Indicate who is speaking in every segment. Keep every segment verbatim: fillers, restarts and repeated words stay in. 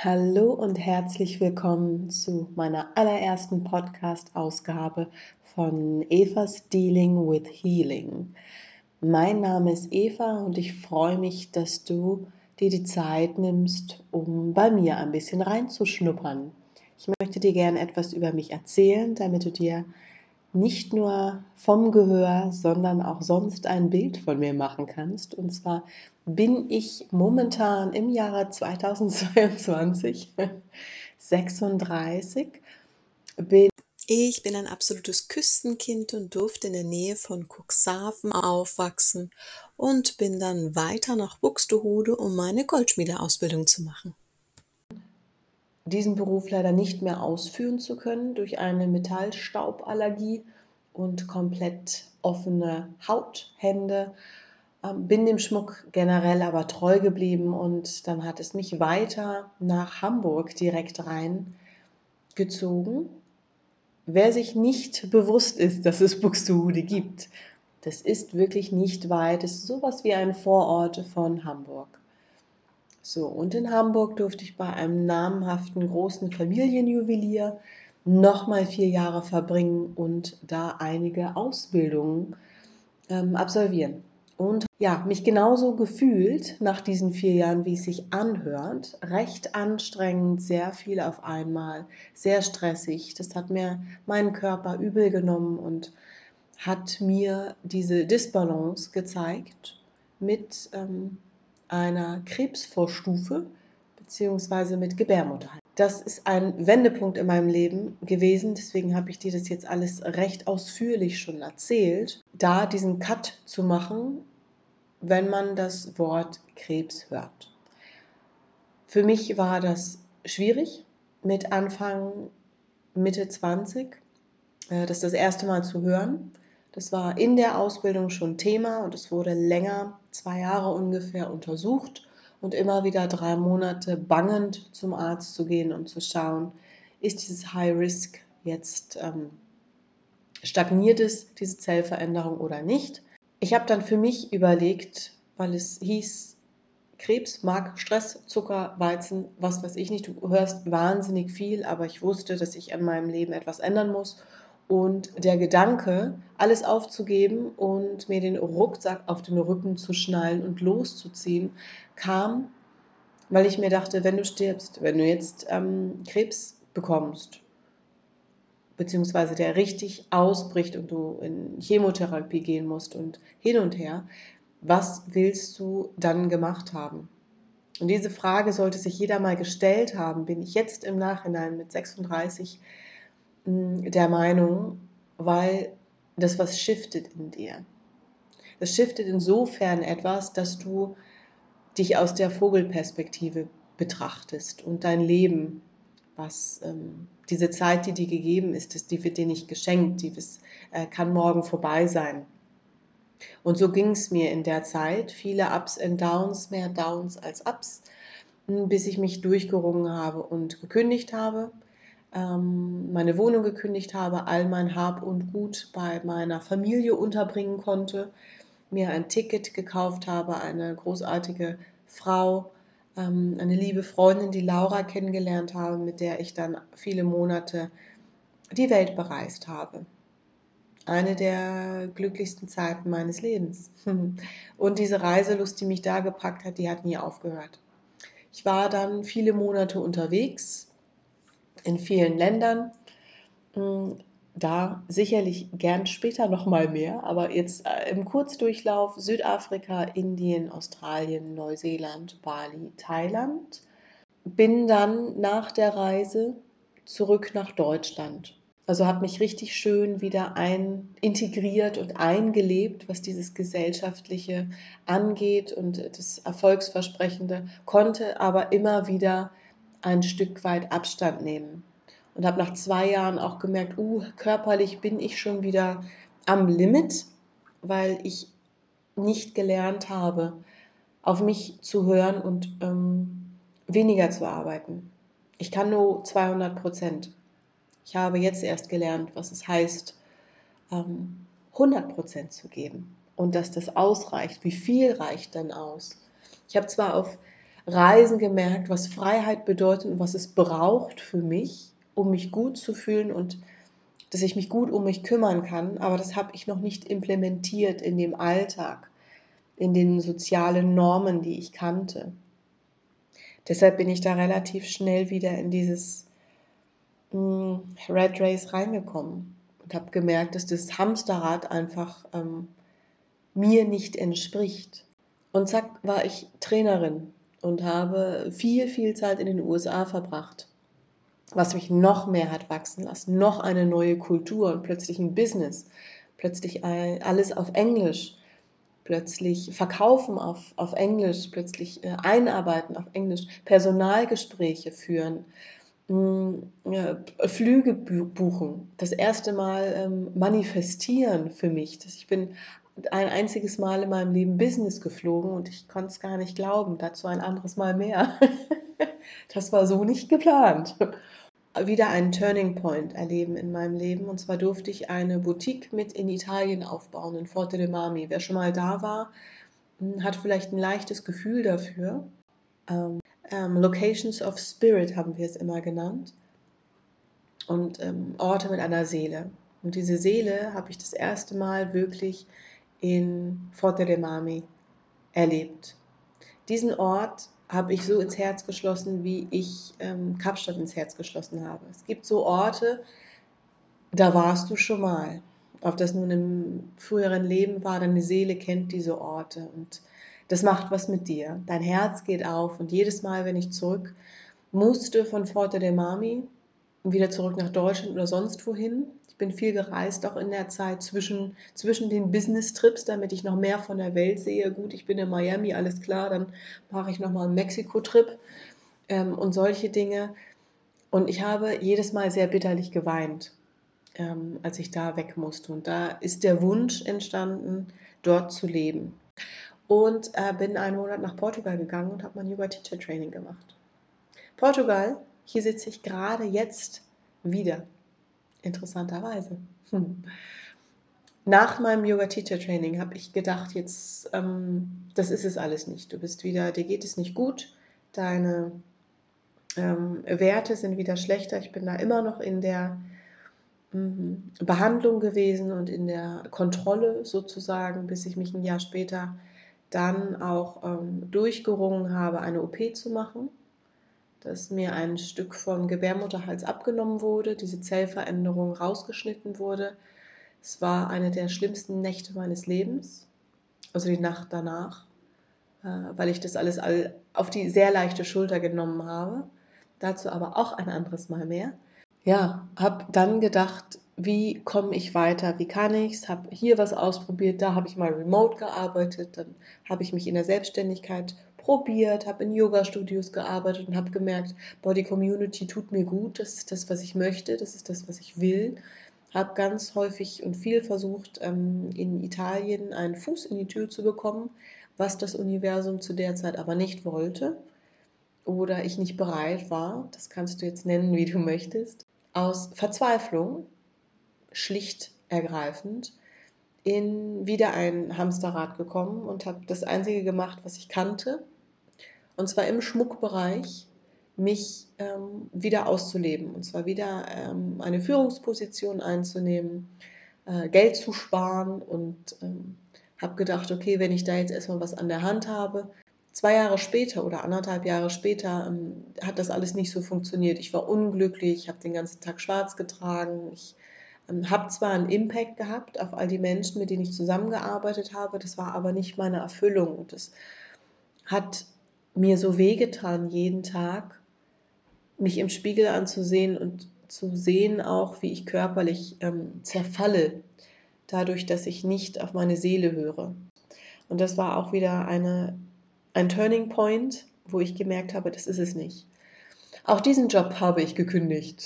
Speaker 1: Hallo und herzlich willkommen zu meiner allerersten Podcast-Ausgabe von Evas Dealing with Healing. Mein Name ist Eva und ich freue mich, dass du dir die Zeit nimmst, um bei mir ein bisschen reinzuschnuppern. Ich möchte dir gerne etwas über mich erzählen, damit du dir nicht nur vom Gehör, sondern auch sonst ein Bild von mir machen kannst. Und zwar bin ich momentan im Jahre zweitausendzweiundzwanzig sechsunddreißig. Bin ich bin ein absolutes Küstenkind und durfte in der Nähe von Cuxhaven aufwachsen und bin dann weiter nach Buxtehude, um meine Goldschmiedeausbildung zu machen. Diesen Beruf leider nicht mehr ausführen zu können durch eine Metallstauballergie und komplett offene Hauthände. Ähm, bin dem Schmuck generell aber treu geblieben und dann hat es mich weiter nach Hamburg direkt reingezogen. Wer sich nicht bewusst ist, dass es Buxtehude gibt, das ist wirklich nicht weit. Es ist sowas wie ein Vorort von Hamburg. So, und in Hamburg durfte ich bei einem namhaften großen Familienjuwelier nochmal vier Jahre verbringen und da einige Ausbildungen ähm, absolvieren. Und ja, mich genauso gefühlt nach diesen vier Jahren, wie es sich anhört. Recht anstrengend, sehr viel auf einmal, sehr stressig. Das hat mir meinen Körper übel genommen und hat mir diese Disbalance gezeigt mit ähm, einer Krebsvorstufe beziehungsweise mit Gebärmutterhals. Das ist ein Wendepunkt in meinem Leben gewesen, deswegen habe ich dir das jetzt alles recht ausführlich schon erzählt, da diesen Cut zu machen, wenn man das Wort Krebs hört. Für mich war das schwierig, mit Anfang, Mitte zwanzig, äh, das das erste Mal zu hören. Das war in der Ausbildung schon Thema und es wurde länger, zwei Jahre ungefähr, untersucht und immer wieder drei Monate bangend zum Arzt zu gehen und zu schauen, ist dieses High Risk jetzt ähm, stagniert es, diese Zellveränderung oder nicht. Ich habe dann für mich überlegt, weil es hieß, Krebs mag Stress, Zucker, Weizen, was weiß ich nicht. Du hörst wahnsinnig viel, aber ich wusste, dass ich an meinem Leben etwas ändern muss. Und der Gedanke, alles aufzugeben und mir den Rucksack auf den Rücken zu schnallen und loszuziehen, kam, weil ich mir dachte, wenn du stirbst, wenn du jetzt ähm, Krebs bekommst, beziehungsweise der richtig ausbricht und du in Chemotherapie gehen musst und hin und her, was willst du dann gemacht haben? Und diese Frage sollte sich jeder mal gestellt haben, bin ich jetzt im Nachhinein mit sechsunddreißig der Meinung, weil das was shiftet in dir. Das shiftet insofern etwas, dass du dich aus der Vogelperspektive betrachtest und dein Leben, was ähm, diese Zeit, die dir gegeben ist, das, die wird dir nicht geschenkt, die das, äh, kann morgen vorbei sein. Und so ging es mir in der Zeit, viele Ups und Downs, mehr Downs als Ups, bis ich mich durchgerungen habe und gekündigt habe, ähm, meine Wohnung gekündigt habe, all mein Hab und Gut bei meiner Familie unterbringen konnte, mir ein Ticket gekauft habe, eine großartige Frau, ähm, eine liebe Freundin, die Laura, kennengelernt habe, mit der ich dann viele Monate die Welt bereist habe. Eine der glücklichsten Zeiten meines Lebens. Und diese Reiselust, die mich da gepackt hat, die hat nie aufgehört. Ich war dann viele Monate unterwegs in vielen Ländern. Da sicherlich gern später noch mal mehr, aber jetzt im Kurzdurchlauf Südafrika, Indien, Australien, Neuseeland, Bali, Thailand. Bin dann nach der Reise zurück nach Deutschland. Also habe mich richtig schön wieder ein integriert und eingelebt, was dieses Gesellschaftliche angeht und das Erfolgsversprechende, konnte aber immer wieder ein Stück weit Abstand nehmen. Und habe nach zwei Jahren auch gemerkt, uh, körperlich bin ich schon wieder am Limit, weil ich nicht gelernt habe, auf mich zu hören und ähm, weniger zu arbeiten. Ich kann nur zweihundert Prozent. Ich habe jetzt erst gelernt, was es heißt, ähm, hundert Prozent zu geben und dass das ausreicht. Wie viel reicht dann aus? Ich habe zwar auf
Speaker 2: Reisen gemerkt, was Freiheit bedeutet und was es braucht für mich, um mich gut zu fühlen und dass ich mich gut um mich kümmern kann. Aber das habe ich noch nicht implementiert in dem Alltag, in den sozialen Normen, die ich kannte. Deshalb bin ich da relativ schnell wieder in dieses mh, Rat Race reingekommen und habe gemerkt, dass das Hamsterrad einfach ähm, mir nicht entspricht. Und zack, war ich Trainerin und habe viel, viel Zeit in den U S A verbracht, was mich noch mehr hat wachsen lassen, noch eine neue Kultur und plötzlich ein Business, plötzlich alles auf Englisch, plötzlich Verkaufen auf, auf Englisch, plötzlich äh, Einarbeiten auf Englisch, Personalgespräche führen, mh, ja, Flüge buchen, das erste Mal ähm, manifestieren für mich. Das, ich bin ein einziges Mal in meinem Leben Business geflogen und ich konnte es gar nicht glauben, dazu ein anderes Mal mehr. Das war so nicht geplant. Wieder einen Turning Point erleben in meinem Leben. Und zwar durfte ich eine Boutique mit in Italien aufbauen, in Forte dei Marmi. Wer schon mal da war, hat vielleicht ein leichtes Gefühl dafür. Ähm, ähm, Locations of Spirit haben wir es immer genannt. Und ähm, Orte mit einer Seele. Und diese Seele habe ich das erste Mal wirklich in Forte dei Marmi erlebt. Diesen Ort habe ich so ins Herz geschlossen, wie ich ähm, Kapstadt ins Herz geschlossen habe. Es gibt so Orte, da warst du schon mal. Ob das nun im früheren Leben war, deine Seele kennt diese Orte und das macht was mit dir. Dein Herz geht auf und jedes Mal, wenn ich zurück musste von Forte dei Marmi wieder zurück nach Deutschland oder sonst wohin. Ich bin viel gereist, auch in der Zeit zwischen, zwischen den Business-Trips, damit ich noch mehr von der Welt sehe. Gut, ich bin in Miami, alles klar, dann mache ich nochmal einen Mexiko-Trip ähm, und solche Dinge. Und ich habe jedes Mal sehr bitterlich geweint, ähm, als ich da weg musste. Und da ist der Wunsch entstanden, dort zu leben. Und äh, bin einen Monat nach Portugal gegangen und habe mein Yoga-Teacher-Training gemacht. Portugal, hier sitze ich gerade jetzt wieder, interessanterweise. Hm. Nach meinem Yoga-Teacher-Training habe ich gedacht, jetzt, ähm, das ist es alles nicht. Du bist wieder, dir geht es nicht gut, deine ähm, Werte sind wieder schlechter. Ich bin da immer noch in der mhm, Behandlung gewesen und in der Kontrolle sozusagen, bis ich mich ein Jahr später dann auch ähm, durchgerungen habe, eine O P zu machen, dass mir ein Stück vom Gebärmutterhals abgenommen wurde, diese Zellveränderung rausgeschnitten wurde. Es war eine der schlimmsten Nächte meines Lebens, also die Nacht danach, äh, weil ich das alles all auf die sehr leichte Schulter genommen habe. Dazu aber auch ein anderes Mal mehr. Ja, habe dann gedacht, wie komme ich weiter, wie kann ich's? Habe hier was ausprobiert, da habe ich mal remote gearbeitet, dann habe ich mich in der Selbstständigkeit probiert, habe in Yoga-Studios gearbeitet und habe gemerkt, boah, die Community tut mir gut, das ist das, was ich möchte, das ist das, was ich will. Habe ganz häufig und viel versucht, ähm, in Italien einen Fuß in die Tür zu bekommen, was das Universum zu der Zeit aber nicht wollte oder ich nicht bereit war, das kannst du jetzt nennen, wie du möchtest, aus Verzweiflung, schlicht ergreifend, in wieder ein Hamsterrad gekommen und habe das Einzige gemacht, was ich kannte, und zwar im Schmuckbereich, mich ähm, wieder auszuleben, und zwar wieder ähm, eine Führungsposition einzunehmen, äh, Geld zu sparen und ähm, habe gedacht, okay, wenn ich da jetzt erstmal was an der Hand habe. Zwei Jahre später oder anderthalb Jahre später ähm, hat das alles nicht so funktioniert. Ich war unglücklich, ich habe den ganzen Tag schwarz getragen. Ich ähm, habe zwar einen Impact gehabt auf all die Menschen, mit denen ich zusammengearbeitet habe, das war aber nicht meine Erfüllung. Und das hat mir so wehgetan, jeden Tag mich im Spiegel anzusehen und zu sehen auch, wie ich körperlich ähm, zerfalle, dadurch, dass ich nicht auf meine Seele höre. Und das war auch wieder eine, ein Turning Point, wo ich gemerkt habe, das ist es nicht. Auch diesen Job habe ich gekündigt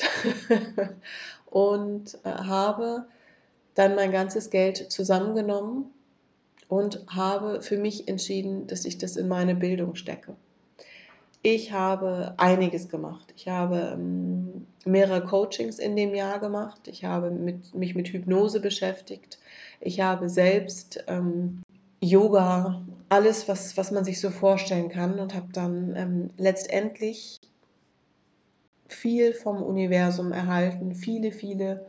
Speaker 2: und äh, habe dann mein ganzes Geld zusammengenommen und habe für mich entschieden, dass ich das in meine Bildung stecke. Ich habe einiges gemacht. Ich habe ähm, mehrere Coachings in dem Jahr gemacht. Ich habe mit, mich mit Hypnose beschäftigt. Ich habe selbst ähm, Yoga alles, was, was man sich so vorstellen kann und habe dann ähm, letztendlich viel vom Universum erhalten, viele, viele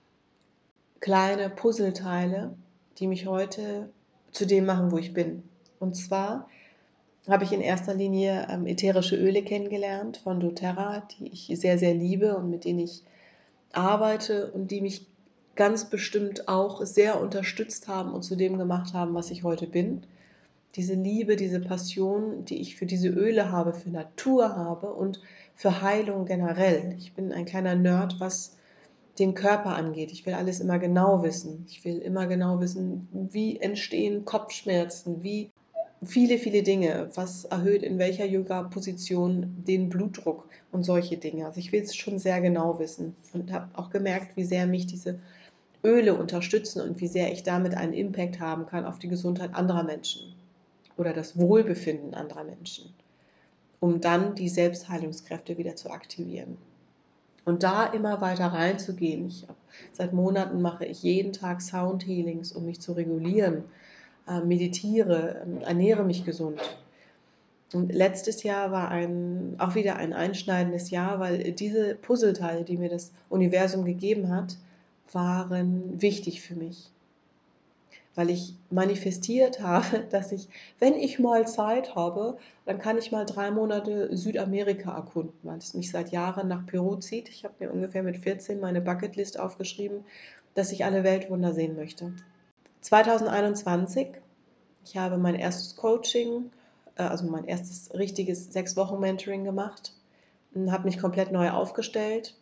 Speaker 2: kleine Puzzleteile, die mich heute zu dem machen, wo ich bin. Und zwar habe ich in erster Linie ähm, ätherische Öle kennengelernt von doTERRA, die ich sehr, sehr liebe und mit denen ich arbeite und die mich ganz bestimmt auch sehr unterstützt haben und zu dem gemacht haben, was ich heute bin. Diese Liebe, diese Passion, die ich für diese Öle habe, für Natur habe und für Heilung generell. Ich bin ein kleiner Nerd, was den Körper angeht. Ich will alles immer genau wissen. Ich will immer genau wissen, wie entstehen Kopfschmerzen, wie viele, viele Dinge, was erhöht in welcher Yoga-Position den Blutdruck und solche Dinge. Also ich will es schon sehr genau wissen und habe auch gemerkt, wie sehr mich diese Öle unterstützen und wie sehr ich damit einen Impact haben kann auf die Gesundheit anderer Menschen oder das Wohlbefinden anderer Menschen, um dann die Selbstheilungskräfte wieder zu aktivieren. Und da immer weiter reinzugehen. Ich, seit Monaten mache ich jeden Tag Sound Healings, um mich zu regulieren, äh, meditiere, äh, ernähre mich gesund. Und letztes Jahr war ein, auch wieder ein einschneidendes Jahr, weil diese Puzzleteile, die mir das Universum gegeben hat, waren wichtig für mich. Weil ich manifestiert habe, dass ich, wenn ich mal Zeit habe, dann kann ich mal drei Monate Südamerika erkunden, weil es mich seit Jahren nach Peru zieht. Ich habe mir ungefähr mit vierzehn meine Bucketlist aufgeschrieben, dass ich alle Weltwunder sehen möchte. zwanzig einundzwanzig, ich habe mein erstes Coaching, also mein erstes richtiges sechs Wochen Mentoring gemacht, habe mich komplett neu aufgestellt,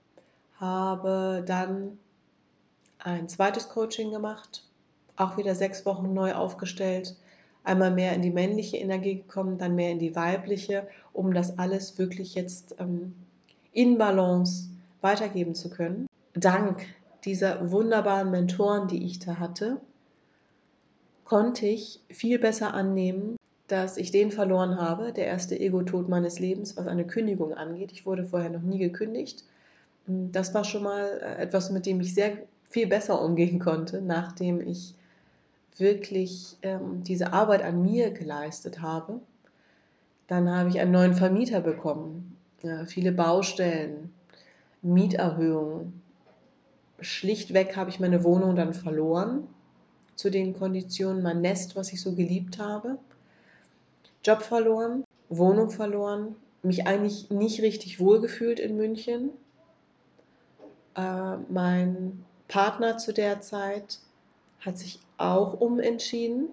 Speaker 2: habe dann ein zweites Coaching gemacht, auch wieder sechs Wochen neu aufgestellt, einmal mehr in die männliche Energie gekommen, dann mehr in die weibliche, um das alles wirklich jetzt ähm, in Balance weitergeben zu können. Dank dieser wunderbaren Mentoren, die ich da hatte, konnte ich viel besser annehmen, dass ich den verloren habe, der erste Ego-Tod meines Lebens, was eine Kündigung angeht. Ich wurde vorher noch nie gekündigt. Das war schon mal etwas, mit dem ich sehr viel besser umgehen konnte, nachdem ich wirklich ähm, diese Arbeit an mir geleistet habe. Dann habe ich einen neuen Vermieter bekommen, ja, viele Baustellen, Mieterhöhungen. Schlichtweg habe ich meine Wohnung dann verloren, zu den Konditionen, mein Nest, was ich so geliebt habe. Job verloren, Wohnung verloren, mich eigentlich nicht richtig wohlgefühlt in München. Äh, mein Partner zu der Zeit hat sich auch umentschieden.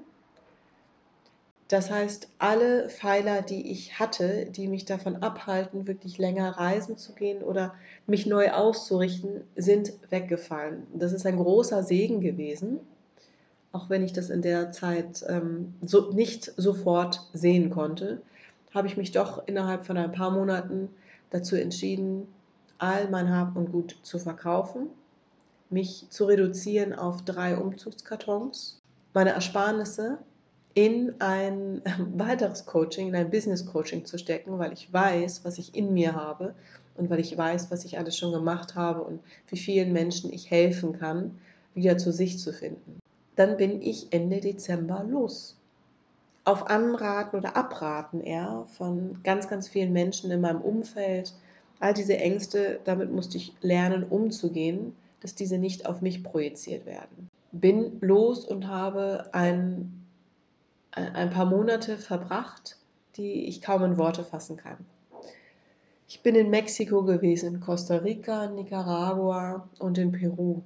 Speaker 2: Das heißt, alle Pfeiler, die ich hatte, die mich davon abhalten, wirklich länger reisen zu gehen oder mich neu auszurichten, sind weggefallen. Das ist ein großer Segen gewesen, auch wenn ich das in der Zeit ähm, so nicht sofort sehen konnte, habe ich mich doch innerhalb von ein paar Monaten dazu entschieden, all mein Hab und Gut zu verkaufen, mich zu reduzieren auf drei Umzugskartons, meine Ersparnisse in ein weiteres Coaching, in ein Business Coaching zu stecken, weil ich weiß, was ich in mir habe und weil ich weiß, was ich alles schon gemacht habe und wie vielen Menschen ich helfen kann, wieder zu sich zu finden. Dann bin ich Ende Dezember los. Auf Anraten oder Abraten eher von ganz, ganz vielen Menschen in meinem Umfeld. All diese Ängste, damit musste ich lernen, umzugehen, dass diese nicht auf mich projiziert werden. Bin los und habe ein, ein paar Monate verbracht, die ich kaum in Worte fassen kann. Ich bin in Mexiko gewesen, in Costa Rica, Nicaragua und in Peru.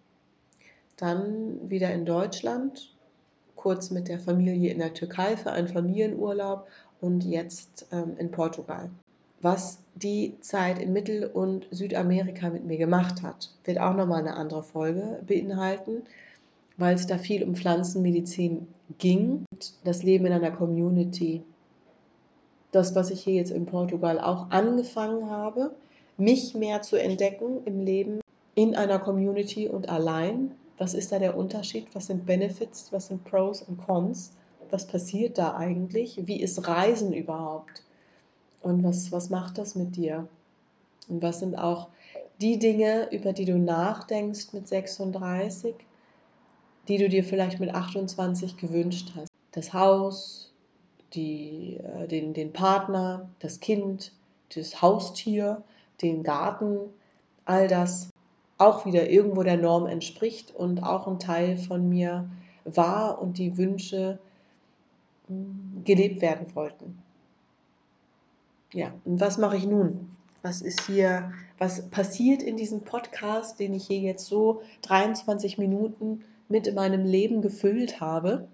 Speaker 2: Dann wieder in Deutschland, kurz mit der Familie in der Türkei für einen Familienurlaub und jetzt ähm, in Portugal. Was die Zeit in Mittel- und Südamerika mit mir gemacht hat, wird auch nochmal eine andere Folge beinhalten, weil es da viel um Pflanzenmedizin ging, das Leben in einer Community. Das, was ich hier jetzt in Portugal auch angefangen habe, mich mehr zu entdecken im Leben in einer Community und allein. Was ist da der Unterschied? Was sind Benefits? Was sind Pros und Cons? Was passiert da eigentlich? Wie ist Reisen überhaupt? Und was, was macht das mit dir? Und was sind auch die Dinge, über die du nachdenkst mit sechsunddreißig, die du dir vielleicht mit achtundzwanzig gewünscht hast? das Haus, die, äh, den, den Partner, das Kind, das Haustier, den Garten, all das auch wieder irgendwo der Norm entspricht und auch ein Teil von mir war und die Wünsche mh, gelebt werden wollten. Ja, und was mache ich nun? Was ist hier, was passiert in diesem Podcast, den ich hier jetzt so dreiundzwanzig Minuten mit in meinem Leben gefüllt habe?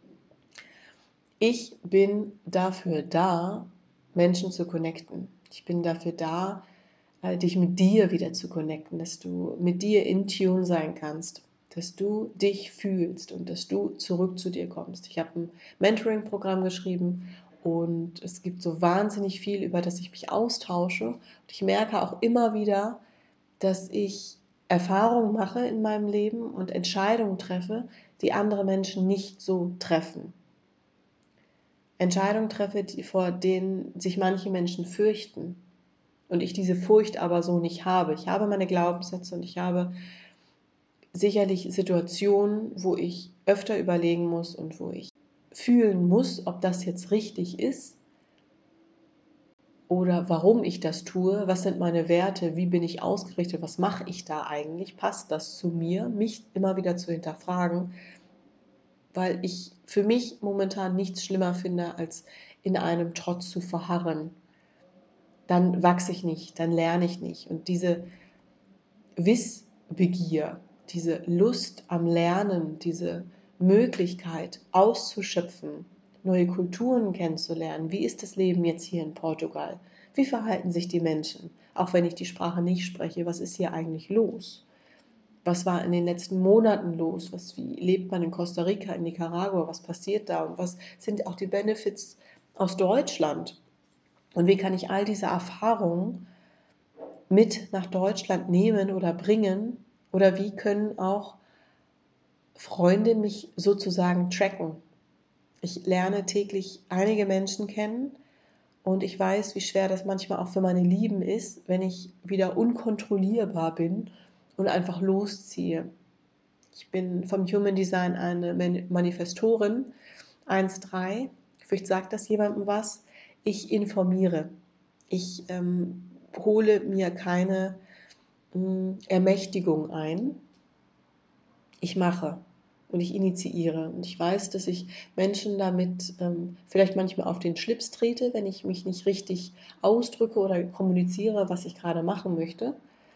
Speaker 2: Ich bin dafür da, Menschen zu connecten. Ich bin dafür da, äh, dich mit dir wieder zu connecten, dass du mit dir in Tune sein kannst, dass du dich fühlst und dass du zurück zu dir kommst. Ich habe ein Mentoring-Programm geschrieben und es gibt so wahnsinnig viel, über das ich mich austausche. Und ich merke auch immer wieder, dass ich Erfahrungen mache in meinem Leben und Entscheidungen treffe, die andere Menschen nicht so treffen. Entscheidungen treffe, die, vor denen sich manche Menschen fürchten. Und ich diese Furcht aber so nicht habe. Ich habe meine Glaubenssätze und ich habe sicherlich Situationen, wo ich öfter überlegen muss und wo ich fühlen muss, ob das jetzt richtig ist oder warum ich das tue, was sind meine Werte, wie bin ich ausgerichtet, was mache ich da eigentlich, passt das zu mir, mich immer wieder zu hinterfragen, weil ich für mich momentan nichts schlimmer finde, als in einem Trotz zu verharren. Dann wachse ich nicht, dann lerne ich nicht. Und diese Wissbegier, diese Lust am Lernen, diese Möglichkeit auszuschöpfen, neue Kulturen kennenzulernen. Wie ist das Leben jetzt hier in Portugal? Wie verhalten sich die Menschen? Auch wenn ich die Sprache nicht spreche, was ist hier eigentlich los? Was war in den letzten Monaten los? Was, wie lebt man in Costa Rica, in Nicaragua? Was passiert da? Und was sind auch die Benefits aus Deutschland? Und wie kann ich all diese Erfahrungen mit nach Deutschland nehmen oder bringen? Oder wie können auch Freunde mich sozusagen tracken? Ich lerne täglich einige Menschen kennen und ich weiß, wie schwer das manchmal auch für meine Lieben ist, wenn ich wieder unkontrollierbar bin und einfach losziehe. Ich bin vom Human Design eine Manifestorin, eins drei. Vielleicht sagt das jemandem was. Ich informiere. Ich ähm, hole mir keine mh, Ermächtigung ein. Ich mache und ich initiiere. Und ich weiß, dass ich Menschen damit ähm, vielleicht manchmal auf den Schlips trete, wenn ich mich nicht richtig ausdrücke oder kommuniziere, was ich gerade machen möchte.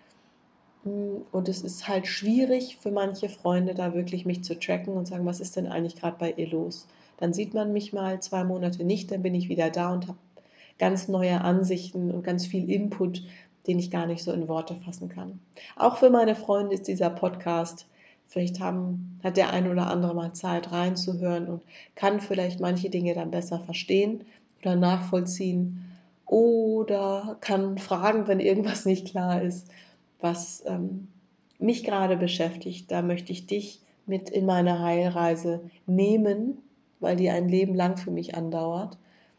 Speaker 2: Und es ist halt schwierig für manche Freunde, da wirklich mich zu tracken und sagen, was ist denn eigentlich gerade bei ihr los? Dann sieht man mich mal zwei Monate nicht, dann bin ich wieder da und habe ganz neue Ansichten und ganz viel Input, den ich gar nicht so in Worte fassen kann. Auch für meine Freunde ist dieser Podcast, vielleicht haben, hat der eine oder andere mal Zeit reinzuhören und kann vielleicht manche Dinge dann besser verstehen oder nachvollziehen oder kann fragen, wenn irgendwas nicht klar ist, was ähm, mich gerade beschäftigt. Da möchte ich dich mit in meine Heilreise nehmen, weil die ein Leben lang für mich andauert,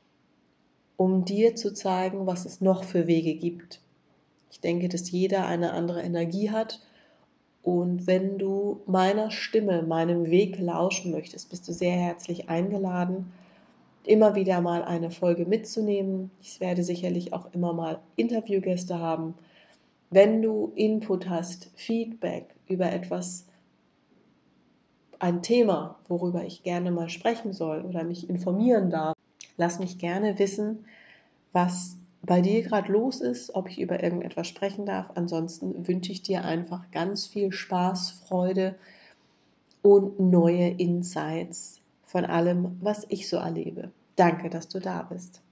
Speaker 2: um dir zu zeigen, was es noch für Wege gibt. Ich denke, dass jeder eine andere Energie hat und wenn du meiner Stimme, meinem Weg lauschen möchtest, bist du sehr herzlich eingeladen, immer wieder mal eine Folge mitzunehmen. Ich werde sicherlich auch immer mal Interviewgäste haben. Wenn du Input hast, Feedback über etwas, ein Thema, worüber ich gerne mal sprechen soll oder mich informieren darf, lass mich gerne wissen, was bei dir gerade los ist, ob ich über irgendetwas sprechen darf. Ansonsten wünsche ich dir einfach ganz viel Spaß, Freude und neue Insights von allem, was ich so erlebe. Danke, dass du da bist.